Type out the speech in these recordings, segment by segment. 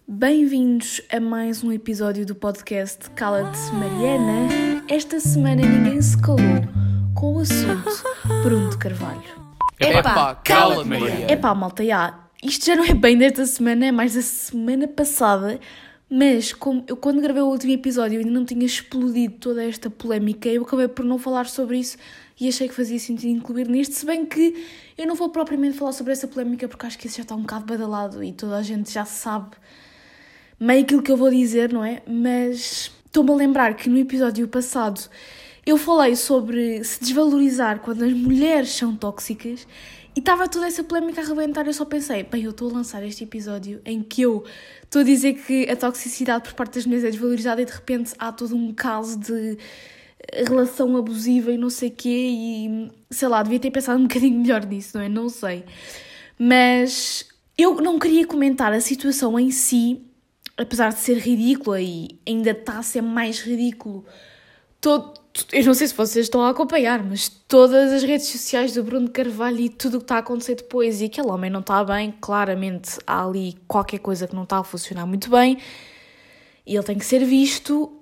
Bem-vindos a mais um episódio do podcast Cala-te Mariana. Esta semana ninguém se calou com o assunto Bruno de Carvalho. Epá, cala-te Mariana. Epá, malta, isto já não é bem desta semana, é mais da semana passada, mas como eu quando gravei o último episódio ainda não tinha explodido toda esta polémica, eu acabei por não falar sobre isso e achei que fazia sentido incluir neste, se bem que eu não vou propriamente falar sobre essa polémica porque acho que isso já está um bocado badalado e toda a gente já sabe meio aquilo que eu vou dizer, não é? Mas estou-me a lembrar que no episódio passado eu falei sobre se desvalorizar quando as mulheres são tóxicas e estava toda essa polémica a arrebentar. Eu só pensei, bem, eu estou a lançar este episódio em que eu estou a dizer que a toxicidade por parte das mulheres é desvalorizada e de repente há todo um caso de relação abusiva e não sei o quê e sei lá, devia ter pensado um bocadinho melhor nisso, não é? Não sei. Mas eu não queria comentar a situação em si, apesar de ser ridícula e ainda está a ser mais ridículo eu não sei se vocês estão a acompanhar, mas todas as redes sociais do Bruno de Carvalho e tudo o que está a acontecer depois e aquele homem não está bem, claramente há ali qualquer coisa que não está a funcionar muito bem e ele tem que ser visto.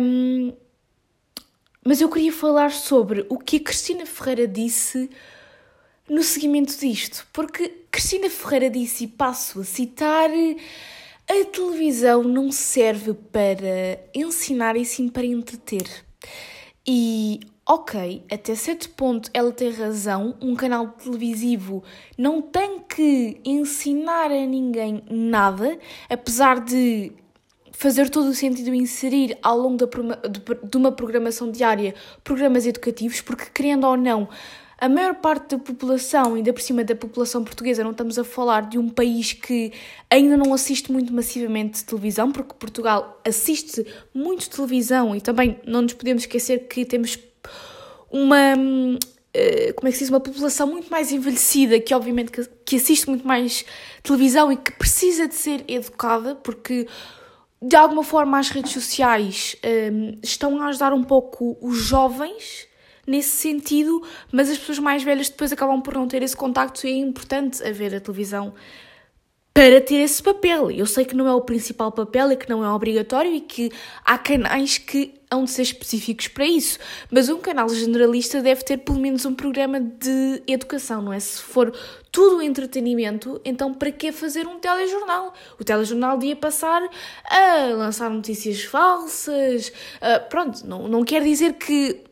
Mas eu queria falar sobre o que a Cristina Ferreira disse no seguimento disto, porque Cristina Ferreira disse, e passo a citar: a televisão não serve para ensinar e sim para entreter. E, ok, até certo ponto ela tem razão, um canal televisivo não tem que ensinar a ninguém nada, apesar de fazer todo o sentido inserir ao longo de uma programação diária programas educativos, porque querendo ou não, a maior parte da população, ainda por cima da população portuguesa, não estamos a falar de um país que ainda não assiste muito massivamente televisão, porque Portugal assiste muito televisão e também não nos podemos esquecer que temos uma população muito mais envelhecida, que obviamente que assiste muito mais televisão e que precisa de ser educada, porque de alguma forma as redes sociais estão a ajudar um pouco os jovens nesse sentido, mas as pessoas mais velhas depois acabam por não ter esse contacto e é importante haver a televisão para ter esse papel. Eu sei que não é o principal papel e que não é obrigatório e que há canais que hão de ser específicos para isso, mas um canal generalista deve ter pelo menos um programa de educação, não é? Se for tudo entretenimento, então para que fazer um telejornal? O telejornal devia passar a lançar notícias falsas, pronto, não quer dizer que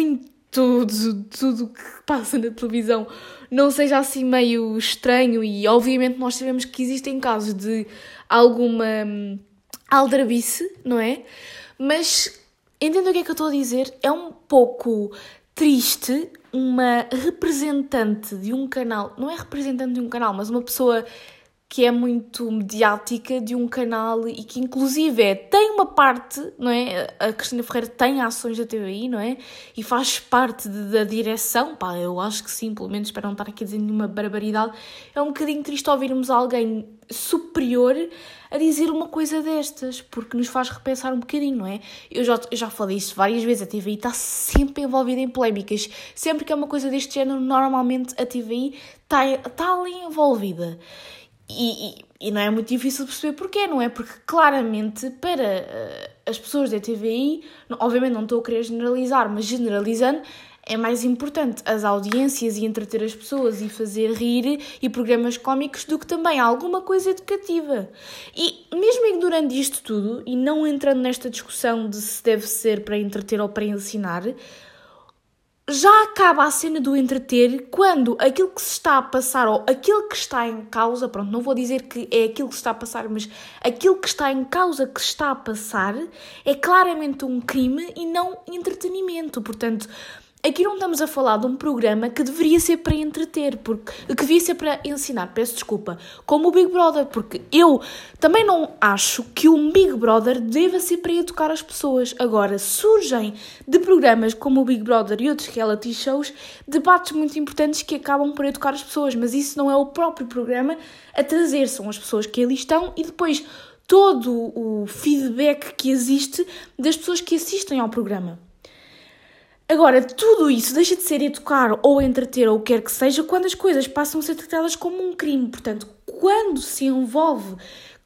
tudo que passa na televisão não seja assim meio estranho e obviamente nós sabemos que existem casos de alguma aldrabice, não é? Mas entendo o que é que eu estou a dizer, é um pouco triste uma representante de um canal, não é representante de um canal, mas uma pessoa que é muito mediática de um canal e que inclusive tem uma parte, não é? A Cristina Ferreira tem ações da TVI, não é? E faz parte da direção, eu acho que sim, pelo menos para não estar aqui a dizer nenhuma barbaridade. É um bocadinho triste ouvirmos alguém superior a dizer uma coisa destas, porque nos faz repensar um bocadinho, não é? Eu já falei isso várias vezes, a TVI está sempre envolvida em polémicas. Sempre que é uma coisa deste género, normalmente a TVI está ali envolvida. E não é muito difícil perceber porquê, não é? Porque claramente para as pessoas da TVI, obviamente não estou a querer generalizar, mas generalizando, é mais importante as audiências e entreter as pessoas e fazer rir e programas cómicos do que também alguma coisa educativa. E mesmo ignorando isto tudo e não entrando nesta discussão de se deve ser para entreter ou para ensinar, já acaba a cena do entreter quando aquilo que se está a passar ou aquilo que está em causa, pronto, não vou dizer que é aquilo que se está a passar, mas aquilo que está em causa que se está a passar é claramente um crime e não entretenimento. Portanto, aqui não estamos a falar de um programa que deveria ser para entreter, que devia ser para ensinar, peço desculpa, como o Big Brother, porque eu também não acho que um Big Brother deva ser para educar as pessoas. Agora, surgem de programas como o Big Brother e outros reality shows debates muito importantes que acabam por educar as pessoas, mas isso não é o próprio programa a trazer, são as pessoas que ali estão e depois todo o feedback que existe das pessoas que assistem ao programa. Agora, tudo isso deixa de ser educar ou entreter ou o que quer que seja quando as coisas passam a ser tratadas como um crime. Portanto, quando se envolve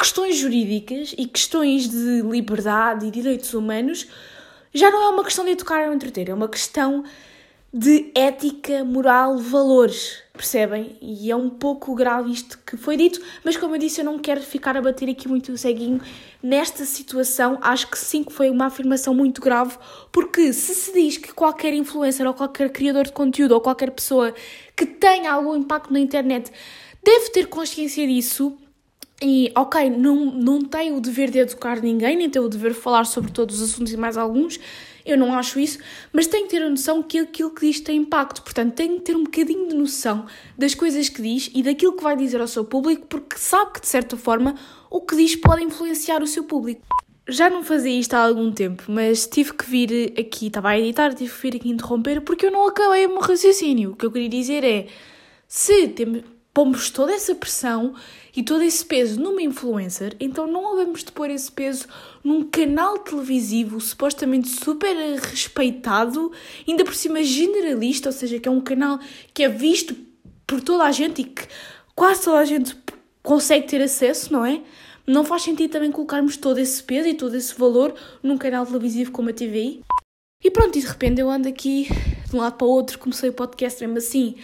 questões jurídicas e questões de liberdade e direitos humanos já não é uma questão de educar ou entreter, é uma questão de ética, moral, valores, percebem? E é um pouco grave isto que foi dito, mas como eu disse, eu não quero ficar a bater aqui muito ceguinho nesta situação. Acho que sim, que foi uma afirmação muito grave, porque se diz que qualquer influencer ou qualquer criador de conteúdo ou qualquer pessoa que tenha algum impacto na internet deve ter consciência disso, e ok, não tem o dever de educar ninguém, nem tem o dever de falar sobre todos os assuntos e mais alguns, eu não acho isso, mas tem que ter a noção que aquilo que diz tem impacto, portanto tem que ter um bocadinho de noção das coisas que diz e daquilo que vai dizer ao seu público, porque sabe que de certa forma o que diz pode influenciar o seu público. Já não fazia isto há algum tempo, mas tive que vir aqui, estava a editar, tive que vir aqui interromper porque eu não acabei o meu raciocínio. O que eu queria dizer é, se pomos toda essa pressão e todo esse peso numa influencer, então não havemos de pôr esse peso num canal televisivo supostamente super respeitado, ainda por cima generalista, ou seja, que é um canal que é visto por toda a gente e que quase toda a gente consegue ter acesso, não é? Não faz sentido também colocarmos todo esse peso e todo esse valor num canal televisivo como a TVI. E pronto, e de repente eu ando aqui de um lado para o outro, comecei o podcast mesmo assim,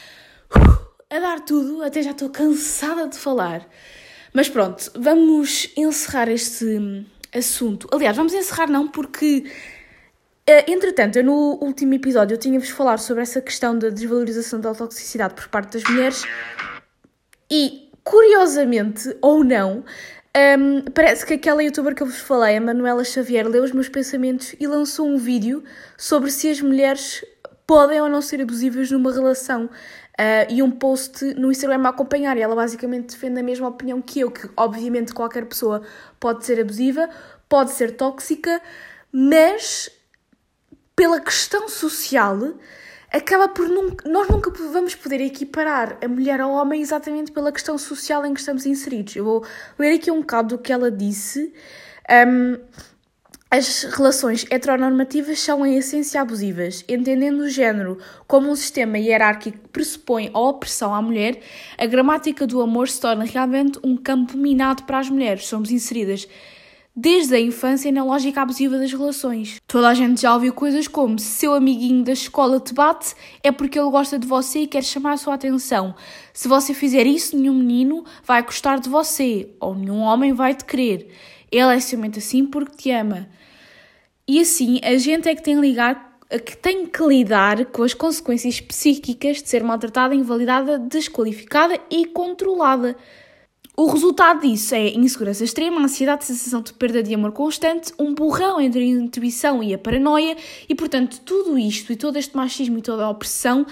a dar tudo, até já estou cansada de falar. Mas pronto, vamos encerrar este assunto. Aliás, vamos encerrar não, porque entretanto, eu no último episódio eu tinha-vos falado sobre essa questão da desvalorização da toxicidade por parte das mulheres e, curiosamente, ou não, parece que aquela youtuber que eu vos falei, a Manuela Xavier, leu os meus pensamentos e lançou um vídeo sobre se as mulheres podem ou não ser abusivas numa relação. E um post no Instagram a acompanhar, e ela basicamente defende a mesma opinião que eu, que obviamente qualquer pessoa pode ser abusiva, pode ser tóxica, mas pela questão social acaba por nós nunca vamos poder equiparar a mulher ao homem exatamente pela questão social em que estamos inseridos. Eu vou ler aqui um bocado do que ela disse. As relações heteronormativas são em essência abusivas. Entendendo o género como um sistema hierárquico que pressupõe a opressão à mulher, a gramática do amor se torna realmente um campo minado para as mulheres. Somos inseridas desde a infância na lógica abusiva das relações. Toda a gente já ouviu coisas como: se seu amiguinho da escola te bate, é porque ele gosta de você e quer chamar a sua atenção. Se você fizer isso, nenhum menino vai gostar de você, ou nenhum homem vai te querer. Ele é somente assim porque te ama. E assim, a gente é que tem que lidar com as consequências psíquicas de ser maltratada, invalidada, desqualificada e controlada. O resultado disso é insegurança extrema, ansiedade, sensação de perda de amor constante, um borrão entre a intuição e a paranoia e, portanto, tudo isto e todo este machismo e toda a opressão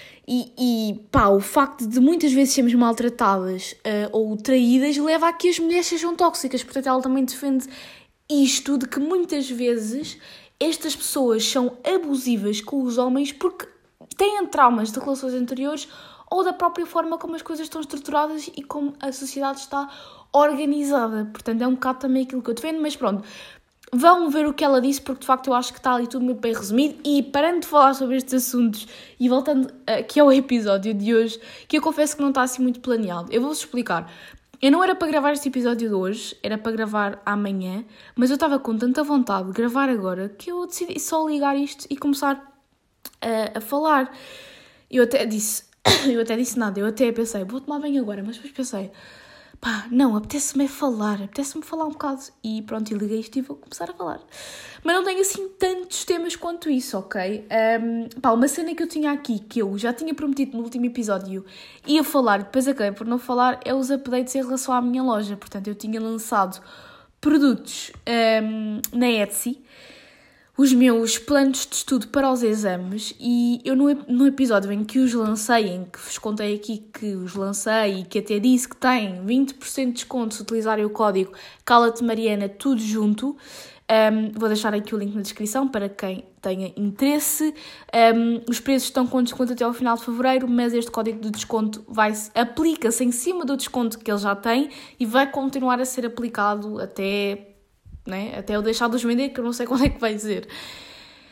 o facto de muitas vezes sermos maltratadas ou traídas leva a que as mulheres sejam tóxicas. Portanto, ela também defende isto de que muitas vezes estas pessoas são abusivas com os homens porque têm traumas de relações anteriores ou da própria forma como as coisas estão estruturadas e como a sociedade está organizada. Portanto, é um bocado também aquilo que eu defendo, mas pronto. Vão ver o que ela disse, porque de facto eu acho que está ali tudo muito bem resumido. E parando de falar sobre estes assuntos e voltando aqui ao episódio de hoje, que eu confesso que não está assim muito planeado, eu vou-vos explicar. Eu não era para gravar este episódio de hoje, era para gravar amanhã, mas eu estava com tanta vontade de gravar agora que eu decidi só ligar isto e começar a falar. Eu até disse nada, eu até pensei, vou tomar banho agora, mas depois pensei, não, apetece-me falar um bocado. E pronto, eu liguei isto e vou começar a falar. Mas não tenho assim tantos temas quanto isso, ok? Uma cena que eu tinha aqui, que eu já tinha prometido no último episódio, ia falar, depois acabei por não falar, é os updates em relação à minha loja. Portanto, eu tinha lançado produtos na Etsy, os meus planos de estudo para os exames, e eu no episódio em que os lancei, em que vos contei aqui que os lancei e que até disse que tem 20% de desconto se utilizarem o código Cala-te Mariana, tudo junto, vou deixar aqui o link na descrição para quem tenha interesse. Os preços estão com desconto até ao final de fevereiro, mas este código de desconto aplica-se em cima do desconto que ele já tem e vai continuar a ser aplicado até eu deixar de os vender, que eu não sei quando é que vai dizer.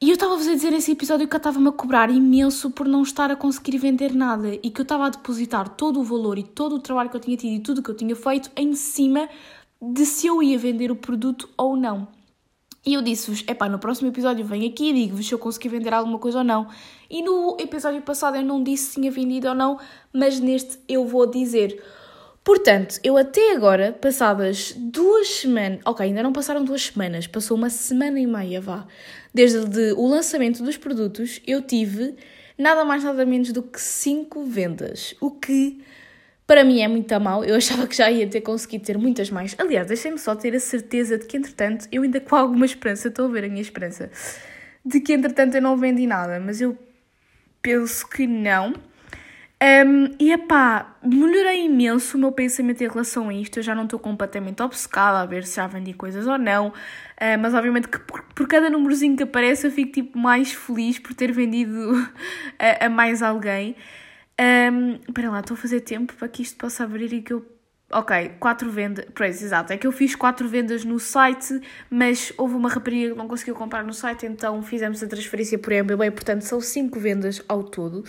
E eu estava a dizer nesse episódio que eu estava-me a cobrar imenso por não estar a conseguir vender nada e que eu estava a depositar todo o valor e todo o trabalho que eu tinha tido e tudo o que eu tinha feito em cima de se eu ia vender o produto ou não. E eu disse-vos, no próximo episódio venho aqui e digo-vos se eu consegui vender alguma coisa ou não. E no episódio passado eu não disse se tinha vendido ou não, mas neste eu vou dizer. Portanto, eu até agora, passadas 2 semanas... Ok, ainda não passaram 2 semanas, passou 1 semana e meia, vá. Desde o lançamento dos produtos, eu tive nada mais nada menos do que 5 vendas. O que, para mim, é muito mau. Eu achava que já ia ter conseguido ter muitas mais. Aliás, deixem-me só ter a certeza de que, entretanto, eu ainda com alguma esperança, estou a ver a minha esperança, de que, entretanto, eu não vendi nada. Mas eu penso que não. Melhorei imenso o meu pensamento em relação a isto. Eu já não estou completamente obcecada a ver se já vendi coisas ou não, mas obviamente que por cada númerozinho que aparece eu fico mais feliz por ter vendido a mais alguém. Espera lá, estou a fazer tempo para que isto possa abrir e que eu... Ok, 4 vendas, pois, exato, é que eu fiz 4 vendas no site, mas houve uma rapariga que não conseguiu comprar no site, então fizemos a transferência por MBWay, portanto são 5 vendas ao todo.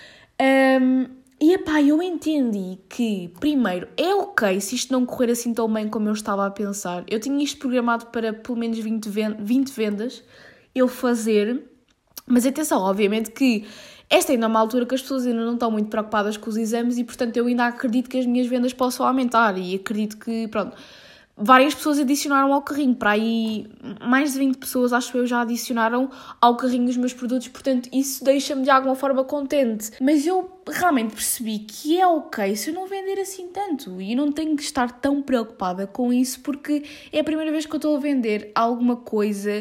Eu entendi que, primeiro, é ok se isto não correr assim tão bem como eu estava a pensar. Eu tinha isto programado para pelo menos 20 vendas eu fazer, mas atenção, obviamente que esta ainda é uma altura que as pessoas ainda não estão muito preocupadas com os exames e, portanto, eu ainda acredito que as minhas vendas possam aumentar e acredito que, várias pessoas adicionaram ao carrinho, para aí mais de 20 pessoas, acho eu, já adicionaram ao carrinho os meus produtos, portanto isso deixa-me de alguma forma contente. Mas eu realmente percebi que é ok se eu não vender assim tanto e não tenho que estar tão preocupada com isso porque é a primeira vez que eu estou a vender alguma coisa.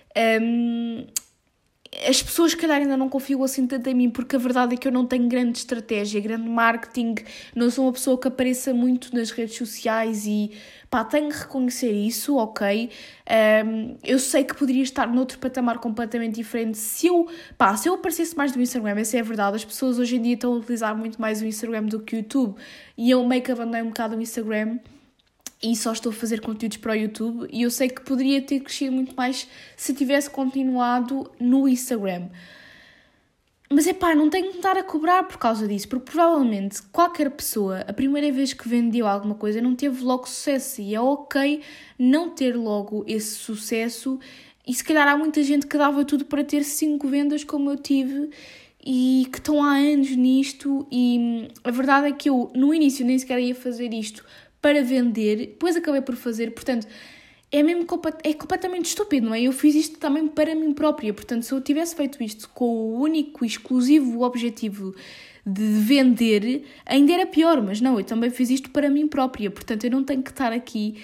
As pessoas, se calhar, ainda não confiam assim tanto em mim, porque a verdade é que eu não tenho grande estratégia, grande marketing, não sou uma pessoa que apareça muito nas redes sociais e, tenho que reconhecer isso, ok? Eu sei que poderia estar noutro patamar completamente diferente se eu aparecesse mais no Instagram, essa é a verdade. As pessoas hoje em dia estão a utilizar muito mais o Instagram do que o YouTube e eu meio que abandonei um bocado o Instagram e só estou a fazer conteúdos para o YouTube e eu sei que poderia ter crescido muito mais se tivesse continuado no Instagram. Mas não tenho que me estar a cobrar por causa disso, porque provavelmente qualquer pessoa, a primeira vez que vendeu alguma coisa, não teve logo sucesso e é ok não ter logo esse sucesso e se calhar há muita gente que dava tudo para ter 5 vendas como eu tive e que estão há anos nisto e a verdade é que eu no início nem sequer ia fazer isto para vender, depois acabei por fazer, portanto, é completamente estúpido, não é? Eu fiz isto também para mim própria, portanto, se eu tivesse feito isto com o único e exclusivo objetivo de vender, ainda era pior, mas não, eu também fiz isto para mim própria, portanto, eu não tenho que estar aqui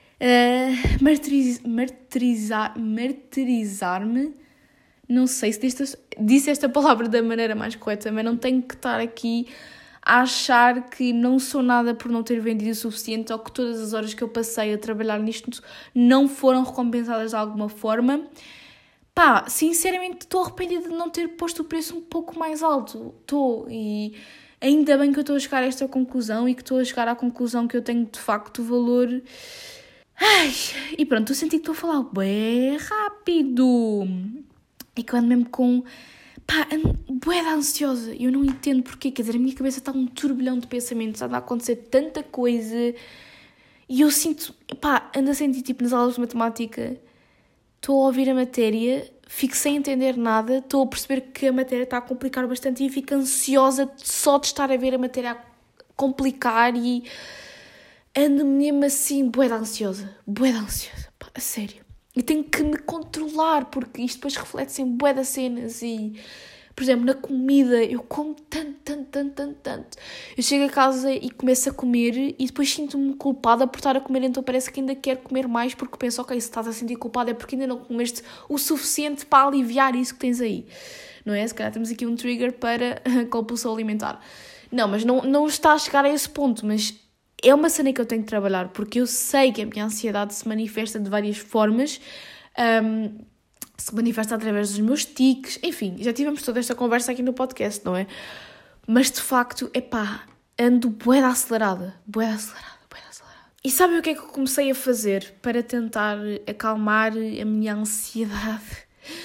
martirizar-me, não sei se disse esta palavra da maneira mais correta, mas não tenho que estar aqui a achar que não sou nada por não ter vendido o suficiente ou que todas as horas que eu passei a trabalhar nisto não foram recompensadas de alguma forma. Sinceramente estou arrependida de não ter posto o preço um pouco mais alto. E ainda bem que eu estou a chegar a esta conclusão e que estou a chegar à conclusão que eu tenho de facto valor. E pronto, eu senti que estou a falar bem rápido. E que eu ando mesmo com... bué da ansiosa, eu não entendo porquê, quer dizer, a minha cabeça está um turbilhão de pensamentos, anda a acontecer tanta coisa e eu sinto, ando a sentir tipo nas aulas de matemática, estou a ouvir a matéria, fico sem entender nada, estou a perceber que a matéria está a complicar bastante e fico ansiosa só de estar a ver a matéria a complicar e ando mesmo assim, bué da ansiosa, a sério. E tenho que me controlar, porque isto depois reflete-se em bué das cenas e, por exemplo, na comida, eu como tanto. Eu chego a casa e começo a comer e depois sinto-me culpada por estar a comer, então parece que ainda quero comer mais, porque penso, ok, se estás a sentir culpada é porque ainda não comeste o suficiente para aliviar isso que tens aí. Não é? Se calhar temos aqui um trigger para a compulsão alimentar. Não, mas não está a chegar a esse ponto, mas... é uma cena que eu tenho de trabalhar, porque eu sei que a minha ansiedade se manifesta de várias formas, se manifesta através dos meus tiques, enfim, já tivemos toda esta conversa aqui no podcast, não é? Mas de facto, ando bué da acelerada. E sabem o que é que eu comecei a fazer para tentar acalmar a minha ansiedade?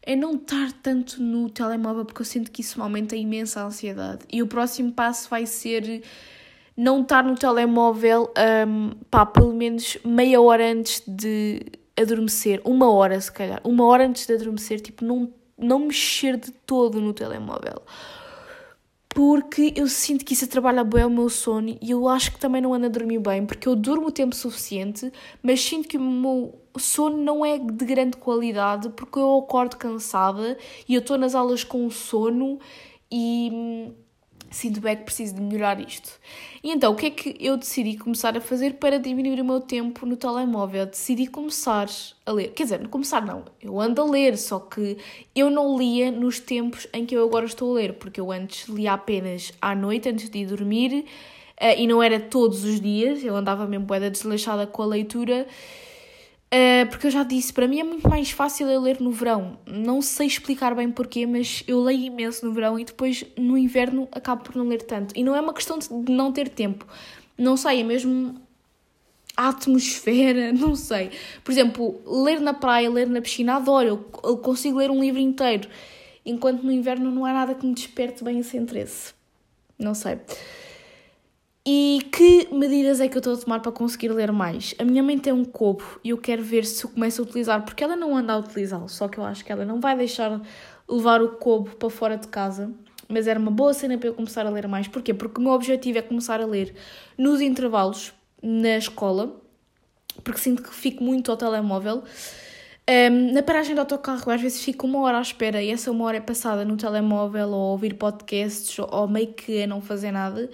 é não estar tanto no telemóvel, porque eu sinto que isso me aumenta imensa ansiedade. E o próximo passo vai ser não estar no telemóvel, pelo menos meia hora antes de adormecer. 1 hora, se calhar. 1 hora antes de adormecer, tipo, não mexer de todo no telemóvel. Porque eu sinto que isso atrapalha bem o meu sono e eu acho que também não ando a dormir bem, porque eu durmo o tempo suficiente, mas sinto que o meu sono não é de grande qualidade, porque eu acordo cansada e eu estou nas aulas com sono e sinto bem que preciso de melhorar isto. E então, o que é que eu decidi começar a fazer para diminuir o meu tempo no telemóvel? Decidi começar a ler. Quer dizer, eu ando a ler, só que eu não lia nos tempos em que eu agora estou a ler, porque eu antes lia apenas à noite, antes de ir dormir, e não era todos os dias, eu andava mesmo bué desleixada com a leitura, porque eu já disse, para mim é muito mais fácil eu ler no verão. Não sei explicar bem porquê, mas eu leio imenso no verão e depois no inverno acabo por não ler tanto. E não é uma questão de não ter tempo. Não sei, é mesmo a atmosfera, não sei. Por exemplo, ler na praia, ler na piscina, adoro. Eu consigo ler um livro inteiro. Enquanto no inverno não há nada que me desperte bem esse interesse. Não sei. E que medidas é que eu estou a tomar para conseguir ler mais? A minha mãe tem um Kobo e eu quero ver se eu começo a utilizar, porque ela não anda a utilizá-lo, só que eu acho que ela não vai deixar levar o Kobo para fora de casa, mas era uma boa cena para eu começar a ler mais. Porquê? Porque o meu objetivo é começar a ler nos intervalos, na escola, porque sinto que fico muito ao telemóvel. Na paragem do autocarro, às vezes fico 1 hora à espera e essa 1 hora é passada no telemóvel ou a ouvir podcasts ou meio que a não fazer nada.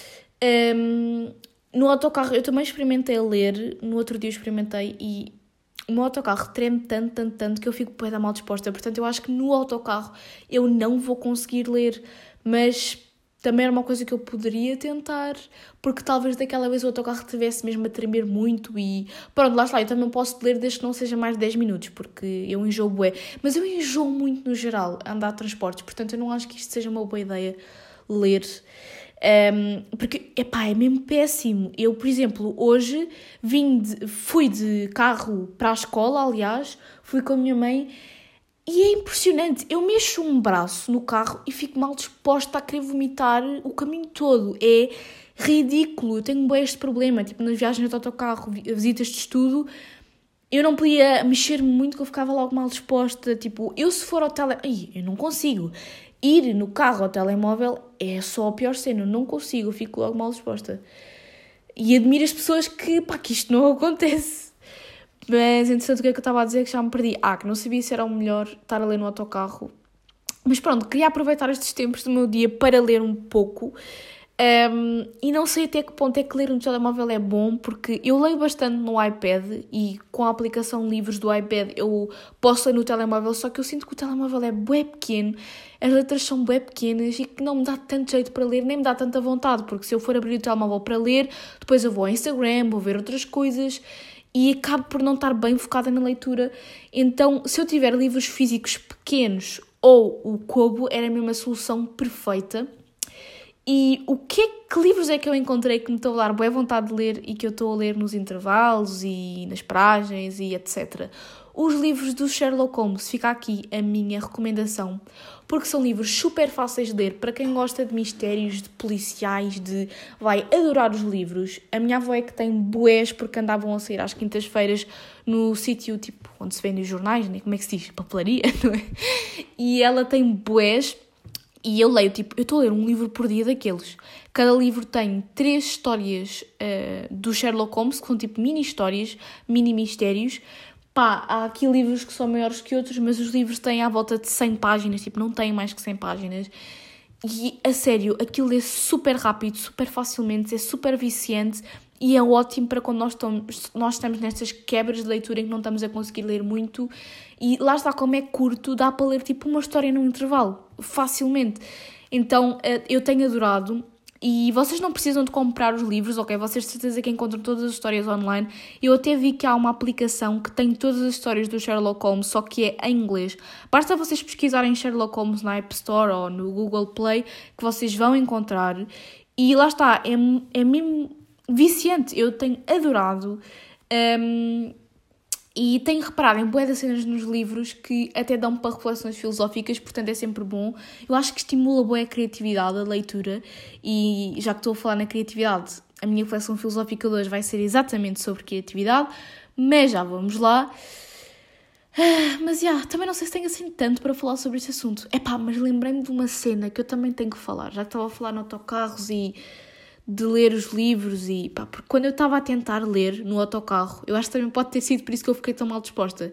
No autocarro eu também experimentei ler, no outro dia eu experimentei e o meu autocarro treme tanto que eu fico bué da mal disposta, portanto eu acho que no autocarro eu não vou conseguir ler, mas também era uma coisa que eu poderia tentar, porque talvez daquela vez o autocarro estivesse mesmo a tremer muito e pronto, lá está, eu também posso ler desde que não seja mais de 10 minutos, porque eu enjoo bué, mas eu enjoo muito no geral, andar de transportes, portanto eu não acho que isto seja uma boa ideia ler. Porque, é mesmo péssimo. Eu, por exemplo, hoje fui de carro para a escola, aliás, fui com a minha mãe e é impressionante. Eu mexo um braço no carro e fico mal disposta a querer vomitar o caminho todo. É ridículo. Eu tenho bem este problema. Tipo, nas viagens de autocarro, visitas de estudo, eu não podia mexer-me muito que eu ficava logo mal disposta. Tipo, eu se for ao eu não consigo. Ir no carro ao telemóvel é só a pior cena, eu não consigo, eu fico logo mal disposta. E admiro as pessoas que isto não acontece. Mas, entretanto, o que é que eu estava a dizer que já me perdi? Que não sabia se era o melhor estar a ler no autocarro. Mas pronto, queria aproveitar estes tempos do meu dia para ler um pouco. E não sei até que ponto é que ler no telemóvel é bom, porque eu leio bastante no iPad e com a aplicação Livros do iPad eu posso ler no telemóvel, só que eu sinto que o telemóvel é bué pequeno, as letras são bué pequenas e que não me dá tanto jeito para ler, nem me dá tanta vontade, porque se eu for abrir o telemóvel para ler, depois eu vou ao Instagram, vou ver outras coisas e acabo por não estar bem focada na leitura. Então, se eu tiver livros físicos pequenos ou o Kobo, era a mesma solução perfeita. E que livros é que eu encontrei que me estão a dar boa vontade de ler e que eu estou a ler nos intervalos e nas paragens e etc. Os livros do Sherlock Holmes, fica aqui a minha recomendação, porque são livros super fáceis de ler para quem gosta de mistérios, de policiais, vai adorar os livros. A minha avó é que tem bués porque andavam a sair às quintas-feiras no sítio tipo onde se vendem os jornais, né? Como é que se diz? Papelaria, não é? E ela tem bués. E eu leio, eu estou a ler um livro por dia daqueles. Cada livro tem 3 histórias do Sherlock Holmes, que são mini-histórias, mini-mistérios. Há aqui livros que são maiores que outros, mas os livros têm à volta de 100 páginas, não têm mais que 100 páginas. E, a sério, aquilo é super rápido, super facilmente, é super viciante e é ótimo para quando nós estamos nestas quebras de leitura em que não estamos a conseguir ler muito. E lá está, como é curto, dá para ler uma história num intervalo, facilmente. Então, eu tenho adorado. E vocês não precisam de comprar os livros, ok? Vocês de certeza que encontram todas as histórias online. Eu até vi que há uma aplicação que tem todas as histórias do Sherlock Holmes, só que é em inglês. Basta vocês pesquisarem Sherlock Holmes na App Store ou no Google Play, que vocês vão encontrar. E lá está, é mesmo viciante. Eu tenho adorado. E tenho reparado em bué das cenas nos livros que até dão para reflexões filosóficas, portanto é sempre bom. Eu acho que estimula bué a criatividade, a leitura, e já que estou a falar na criatividade, a minha reflexão filosófica de hoje vai ser exatamente sobre criatividade, mas já vamos lá. Mas também não sei se tenho assim tanto para falar sobre este assunto. Mas lembrei-me de uma cena que eu também tenho que falar, já que estava a falar no autocarros e de ler os livros e porque quando eu estava a tentar ler no autocarro, eu acho que também pode ter sido por isso que eu fiquei tão mal disposta,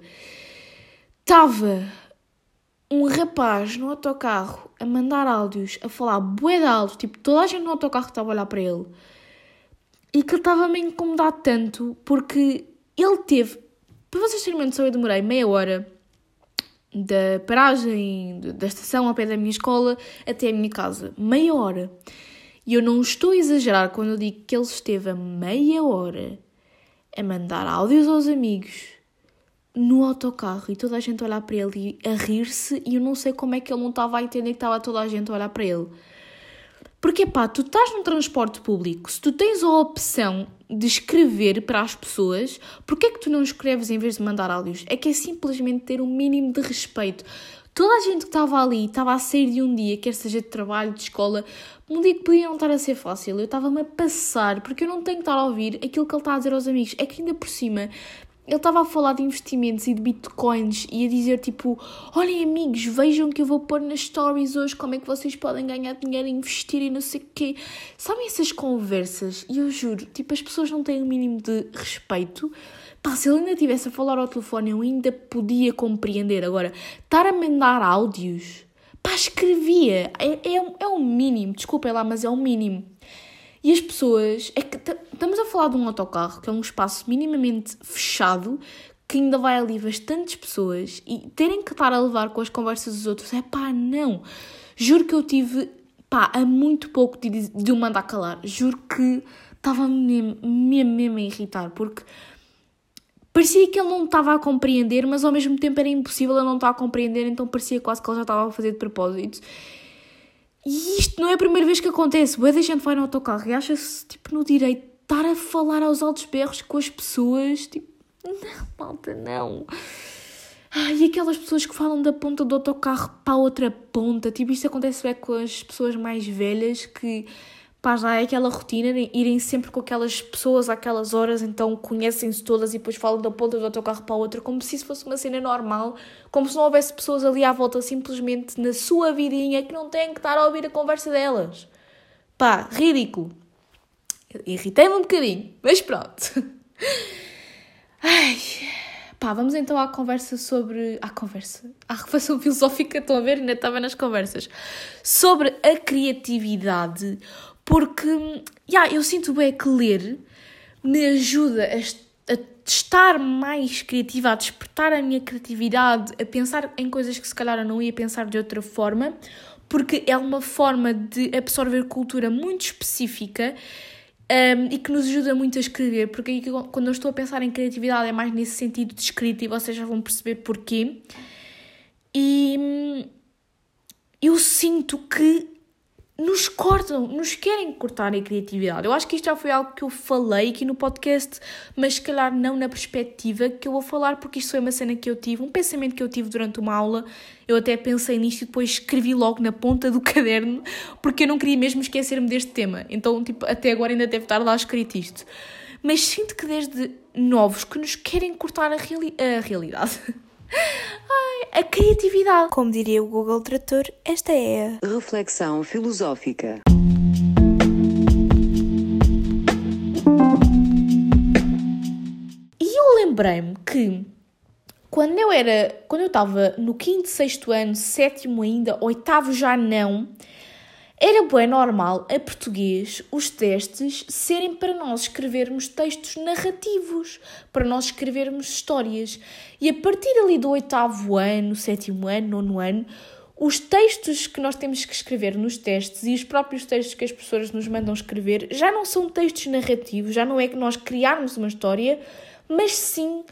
estava um rapaz no autocarro a mandar áudios, a falar bué de alto, tipo, toda a gente no autocarro estava a olhar para ele, e que ele estava-me a incomodar tanto, porque ele teve, para vocês terem uma noção, eu demorei meia hora da paragem, da estação ao pé da minha escola até a minha casa, meia hora. E eu não estou a exagerar quando eu digo que ele esteve a meia hora a mandar áudios aos amigos no autocarro e toda a gente a olhar para ele e a rir-se, e eu não sei como é que ele não estava a entender que estava toda a gente a olhar para ele. Porque, tu estás no transporte público, se tu tens a opção de escrever para as pessoas, porquê é que tu não escreves em vez de mandar áudios? É que é simplesmente ter um mínimo de respeito. Toda a gente que estava ali, estava a sair de um dia, quer seja de trabalho, de escola, um dia que podia não estar a ser fácil. Eu estava-me a passar, porque eu não tenho que estar a ouvir aquilo que ele está a dizer aos amigos. É que ainda por cima, ele estava a falar de investimentos e de bitcoins e a dizer tipo, olhem amigos, vejam que eu vou pôr nas stories hoje como é que vocês podem ganhar dinheiro e investir e não sei o quê. Sabem essas conversas? E eu juro, as pessoas não têm o mínimo de respeito. Se ele ainda estivesse a falar ao telefone, eu ainda podia compreender. Agora, estar a mandar áudios, escrevia. É o mínimo, desculpem lá, mas é o mínimo. E as pessoas, é que estamos a falar de um autocarro, que é um espaço minimamente fechado, que ainda vai ali bastantes pessoas, e terem que estar a levar com as conversas dos outros, não. Juro que eu tive, há muito pouco de o mandar calar. Juro que estava mesmo a irritar, porque parecia que ele não estava a compreender, mas ao mesmo tempo era impossível ele não estar a compreender, então parecia quase que ele já estava a fazer de propósito. E isto não é a primeira vez que acontece. Bué da gente vai no autocarro e acha-se, no direito de estar a falar aos altos berros com as pessoas. Não, malta, não. E aquelas pessoas que falam da ponta do autocarro para a outra ponta. Isto acontece bem com as pessoas mais velhas que, já é aquela rotina de irem sempre com aquelas pessoas àquelas horas, então conhecem-se todas e depois falam da ponta do autocarro para a outra, como se isso fosse uma cena normal, como se não houvesse pessoas ali à volta simplesmente na sua vidinha que não têm que estar a ouvir a conversa delas. Ridículo. Irritei-me um bocadinho, mas pronto. Vamos então à conversa sobre... À reflexão filosófica, estão a ver? Ainda estava nas conversas. Sobre a criatividade, porque, eu sinto bem que ler me ajuda a estar mais criativa, a despertar a minha criatividade, a pensar em coisas que se calhar eu não ia pensar de outra forma, porque é uma forma de absorver cultura muito específica, e que nos ajuda muito a escrever, porque quando eu estou a pensar em criatividade é mais nesse sentido de escrita, e vocês já vão perceber porquê. E eu sinto que nos querem cortar a criatividade. Eu acho que isto já foi algo que eu falei aqui no podcast, mas se calhar não na perspectiva que eu vou falar, porque isto foi uma cena que eu tive, um pensamento que eu tive durante uma aula. Eu até pensei nisto e depois escrevi logo na ponta do caderno, porque eu não queria mesmo esquecer-me deste tema. Então, até agora ainda deve estar lá escrito isto. Mas sinto que desde novos que nos querem cortar a realidade. A criatividade. Como diria o Google Trator, esta é a reflexão filosófica. E eu lembrei-me que quando eu estava no 5º, 6º ano, 7º ainda, 8º já não, era bem normal a português os testes serem para nós escrevermos textos narrativos, para nós escrevermos histórias. E a partir ali do 8º ano, 7º ano, 9º ano, os textos que nós temos que escrever nos testes e os próprios textos que as professoras nos mandam escrever já não são textos narrativos, já não é que nós criarmos uma história, mas sim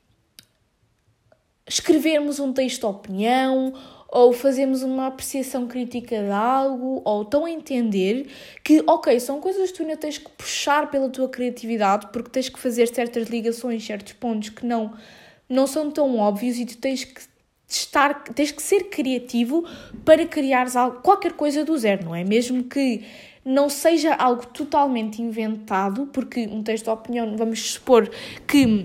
escrevermos um texto de opinião, ou fazemos uma apreciação crítica de algo, ou estão a entender que, são coisas que tu ainda tens que puxar pela tua criatividade, porque tens que fazer certas ligações, certos pontos que não não são tão óbvios e tu tens que ser criativo para criares qualquer coisa do zero, não é? Mesmo que não seja algo totalmente inventado, porque um texto de opinião, vamos supor que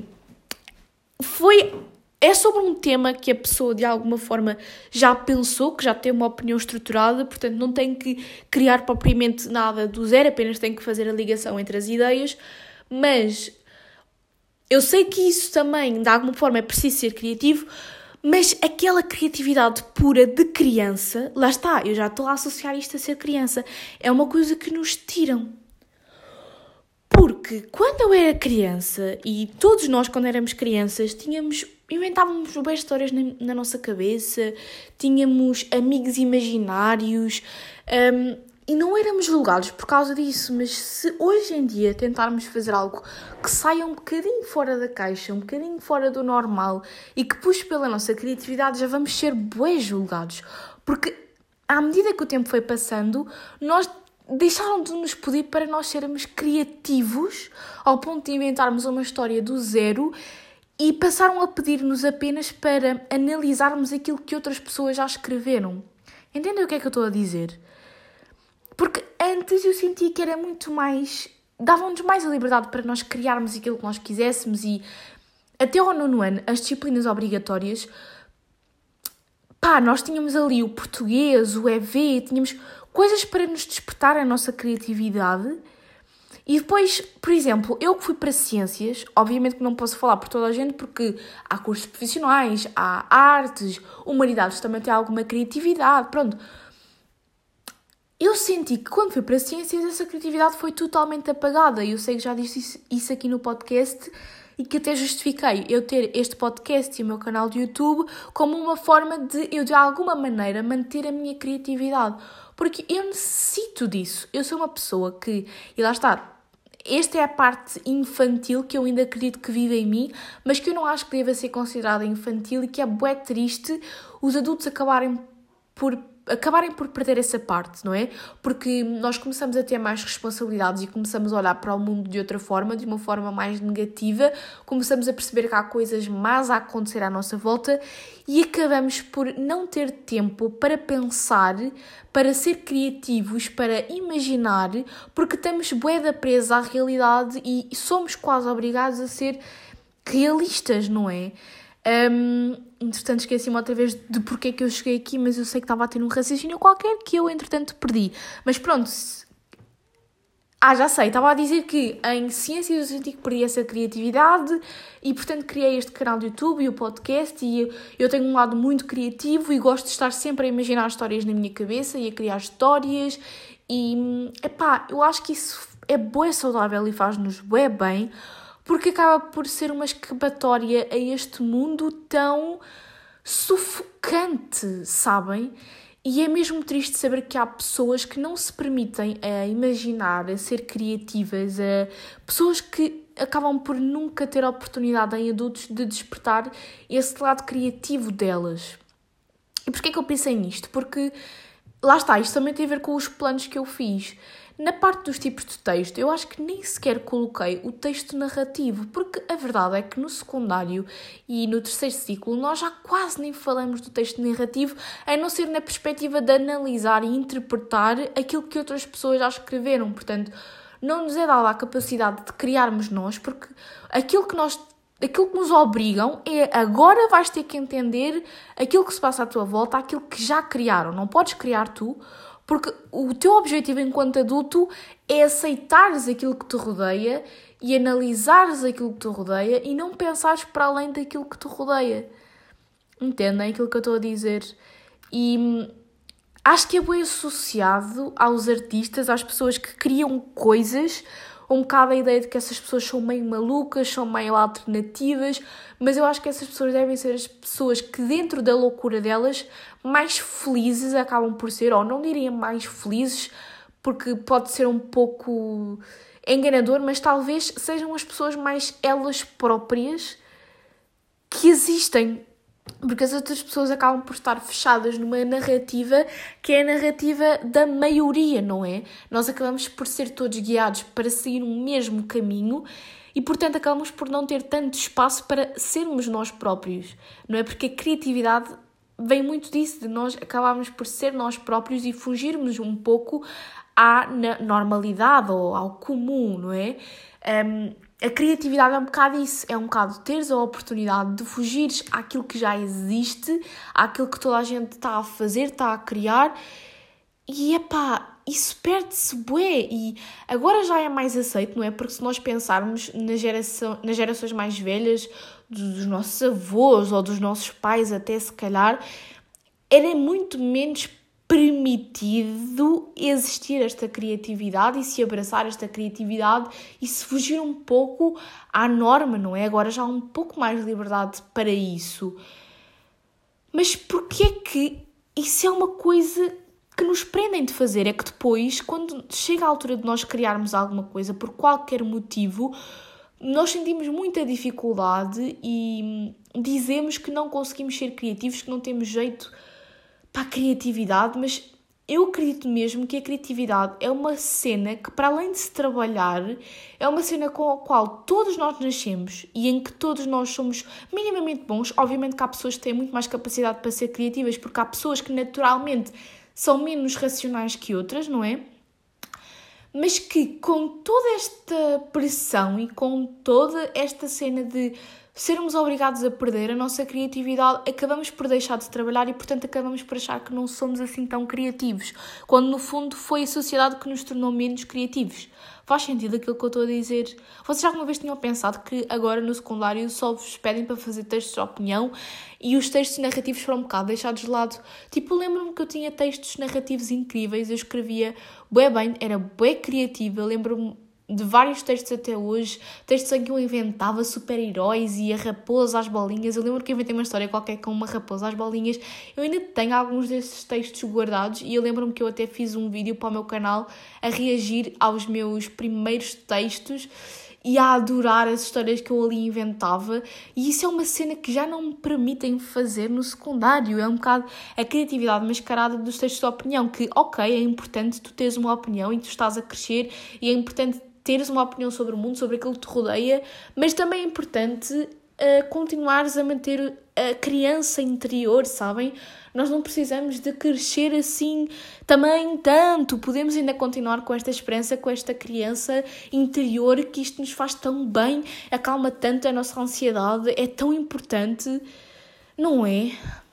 é sobre um tema que a pessoa de alguma forma já pensou, que já tem uma opinião estruturada, portanto não tem que criar propriamente nada do zero, apenas tem que fazer a ligação entre as ideias, mas eu sei que isso também, de alguma forma, é preciso ser criativo, mas aquela criatividade pura de criança, lá está, eu já estou a associar isto a ser criança, é uma coisa que nos tiram. Porque quando eu era criança, e todos nós quando éramos crianças, inventávamos boas histórias na nossa cabeça, tínhamos amigos imaginários, e não éramos julgados por causa disso, mas se hoje em dia tentarmos fazer algo que saia um bocadinho fora da caixa, um bocadinho fora do normal e que puxe pela nossa criatividade, já vamos ser bué julgados. Porque à medida que o tempo foi passando, nós deixaram de nos pedir para nós sermos criativos ao ponto de inventarmos uma história do zero e passaram a pedir-nos apenas para analisarmos aquilo que outras pessoas já escreveram. Entendem o que é que eu estou a dizer? Porque antes eu senti que era muito mais... davam-nos mais a liberdade para nós criarmos aquilo que nós quiséssemos e até ao 9º ano, as disciplinas obrigatórias, nós tínhamos ali o português, o EV, tínhamos coisas para nos despertar a nossa criatividade. E depois, por exemplo, eu que fui para ciências, obviamente que não posso falar por toda a gente porque há cursos profissionais, há artes, humanidades também tem alguma criatividade, pronto. Eu senti que quando fui para ciências essa criatividade foi totalmente apagada. Eu sei que já disse isso aqui no podcast e que até justifiquei eu ter este podcast e o meu canal de YouTube como uma forma de eu de alguma maneira manter a minha criatividade. Porque eu necessito disso. Eu sou uma pessoa que... E lá está. Esta é a parte infantil que eu ainda acredito que vive em mim, mas que eu não acho que deva ser considerada infantil e que é bué triste os adultos acabarem por perder essa parte, não é? Porque nós começamos a ter mais responsabilidades e começamos a olhar para o mundo de outra forma, de uma forma mais negativa, começamos a perceber que há coisas más a acontecer à nossa volta e acabamos por não ter tempo para pensar, para ser criativos, para imaginar, porque estamos bué da presa à realidade e somos quase obrigados a ser realistas, não é? Entretanto esqueci-me outra vez de porque é que eu cheguei aqui, mas eu sei que estava a ter um raciocínio qualquer que eu entretanto perdi, mas pronto. Já sei, estava a dizer que em ciências eu senti que perdi essa criatividade e portanto criei este canal de YouTube e o podcast e eu tenho um lado muito criativo e gosto de estar sempre a imaginar histórias na minha cabeça e a criar histórias e eu acho que isso é bué saudável e faz-nos bué bem, porque acaba por ser uma escapatória a este mundo tão sufocante, sabem? E é mesmo triste saber que há pessoas que não se permitem a imaginar, a ser criativas, pessoas que acabam por nunca ter a oportunidade em adultos de despertar esse lado criativo delas. E porquê é que eu pensei nisto? Porque, lá está, isto também tem a ver com os planos que eu fiz. Na parte dos tipos de texto, eu acho que nem sequer coloquei o texto narrativo, porque a verdade é que no secundário e no 3º ciclo nós já quase nem falamos do texto narrativo, a não ser na perspectiva de analisar e interpretar aquilo que outras pessoas já escreveram. Portanto, não nos é dada a capacidade de criarmos nós, porque aquilo que nos obrigam é agora vais ter que entender aquilo que se passa à tua volta, aquilo que já criaram. Não podes criar tu, porque o teu objetivo enquanto adulto é aceitares aquilo que te rodeia e analisares aquilo que te rodeia e não pensares para além daquilo que te rodeia. Entendem aquilo que eu estou a dizer? E acho que é bem associado aos artistas, às pessoas que criam coisas, um bocado a ideia de que essas pessoas são meio malucas, são meio alternativas, mas eu acho que essas pessoas devem ser as pessoas que dentro da loucura delas mais felizes acabam por ser, ou não diria mais felizes, porque pode ser um pouco enganador, mas talvez sejam as pessoas mais elas próprias que existem. Porque as outras pessoas acabam por estar fechadas numa narrativa que é a narrativa da maioria, não é? Nós acabamos por ser todos guiados para seguir o mesmo caminho e, portanto, acabamos por não ter tanto espaço para sermos nós próprios, não é? Porque a criatividade vem muito disso, de nós acabarmos por ser nós próprios e fugirmos um pouco à normalidade ou ao comum, não é? A criatividade é um bocado isso, é um bocado teres a oportunidade de fugires àquilo que já existe, àquilo que toda a gente está a fazer, está a criar, e isso perde-se bué, e agora já é mais aceito, não é? Porque se nós pensarmos nas gerações mais velhas, dos nossos avós ou dos nossos pais até se calhar, era muito menos permitido existir esta criatividade e se abraçar esta criatividade e se fugir um pouco à norma, não é? Agora já há um pouco mais de liberdade para isso. Mas porquê que isso é uma coisa que nos prendem de fazer? É que depois, quando chega a altura de nós criarmos alguma coisa, por qualquer motivo, nós sentimos muita dificuldade e dizemos que não conseguimos ser criativos, que não temos jeito para a criatividade, mas eu acredito mesmo que a criatividade é uma cena que, para além de se trabalhar, é uma cena com a qual todos nós nascemos e em que todos nós somos minimamente bons. Obviamente que há pessoas que têm muito mais capacidade para ser criativas, porque há pessoas que naturalmente são menos racionais que outras, não é? Mas que com toda esta pressão e com toda esta cena de sermos obrigados a perder a nossa criatividade, acabamos por deixar de trabalhar e, portanto, acabamos por achar que não somos assim tão criativos, quando no fundo foi a sociedade que nos tornou menos criativos. Faz sentido aquilo que eu estou a dizer? Vocês já alguma vez tinham pensado que agora no secundário só vos pedem para fazer textos de opinião e os textos narrativos foram um bocado deixados de lado? Tipo, eu lembro-me que eu tinha textos narrativos incríveis, eu escrevia bué bem, era bué criativa, eu lembro-me de vários textos até hoje, textos em que eu inventava super-heróis e a raposa às bolinhas. Eu lembro que inventei uma história qualquer com uma raposa às bolinhas. Eu ainda tenho alguns desses textos guardados e eu lembro-me que eu até fiz um vídeo para o meu canal a reagir aos meus primeiros textos e a adorar as histórias que eu ali inventava, e isso é uma cena que já não me permitem fazer no secundário. É um bocado a criatividade mascarada dos textos de opinião, que ok, é importante tu teres uma opinião e tu estás a crescer e é importante teres uma opinião sobre o mundo, sobre aquilo que te rodeia, mas também é importante continuares a manter a criança interior, sabem? Nós não precisamos de crescer assim também tanto, podemos ainda continuar com esta esperança, com esta criança interior, que isto nos faz tão bem, acalma tanto a nossa ansiedade, é tão importante, não é?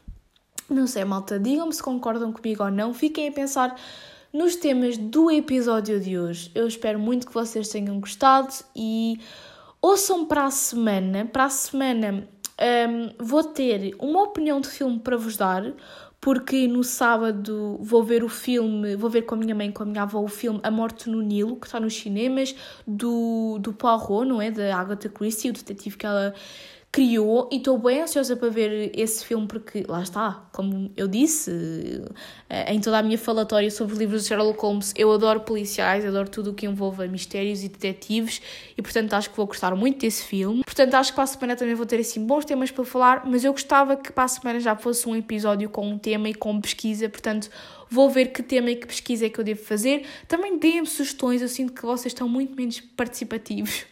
Não sei, malta, digam-me se concordam comigo ou não, fiquem a pensar nos temas do episódio de hoje. Eu espero muito que vocês tenham gostado e ouçam para a semana. Para a semana vou ter uma opinião de filme para vos dar, porque no sábado vou ver com a minha mãe e com a minha avó o filme A Morte no Nilo, que está nos cinemas, do Poirot, não é? Da Agatha Christie, o detetive que ela criou, e estou bem ansiosa para ver esse filme porque, lá está, como eu disse em toda a minha falatória sobre os livros de Sherlock Holmes, eu adoro policiais, adoro tudo o que envolva mistérios e detetives e, portanto, acho que vou gostar muito desse filme. Portanto, acho que para a semana também vou ter, assim, bons temas para falar, mas eu gostava que para a semana já fosse um episódio com um tema e com pesquisa, portanto, vou ver que tema e que pesquisa é que eu devo fazer. Também deem-me sugestões, eu sinto que vocês estão muito menos participativos.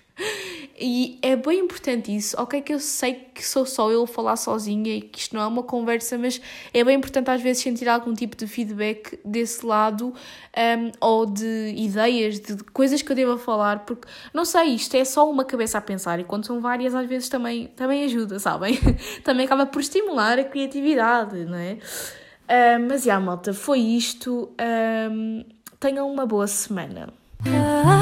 E é bem importante isso, ok, que eu sei que sou só eu a falar sozinha e que isto não é uma conversa, mas é bem importante às vezes sentir algum tipo de feedback desse lado, ou de ideias, de coisas que eu devo falar, porque, não sei, isto é só uma cabeça a pensar e quando são várias às vezes também ajuda, sabem? Também acaba por estimular a criatividade, não é? Mas, malta, foi isto. Tenham uma boa semana.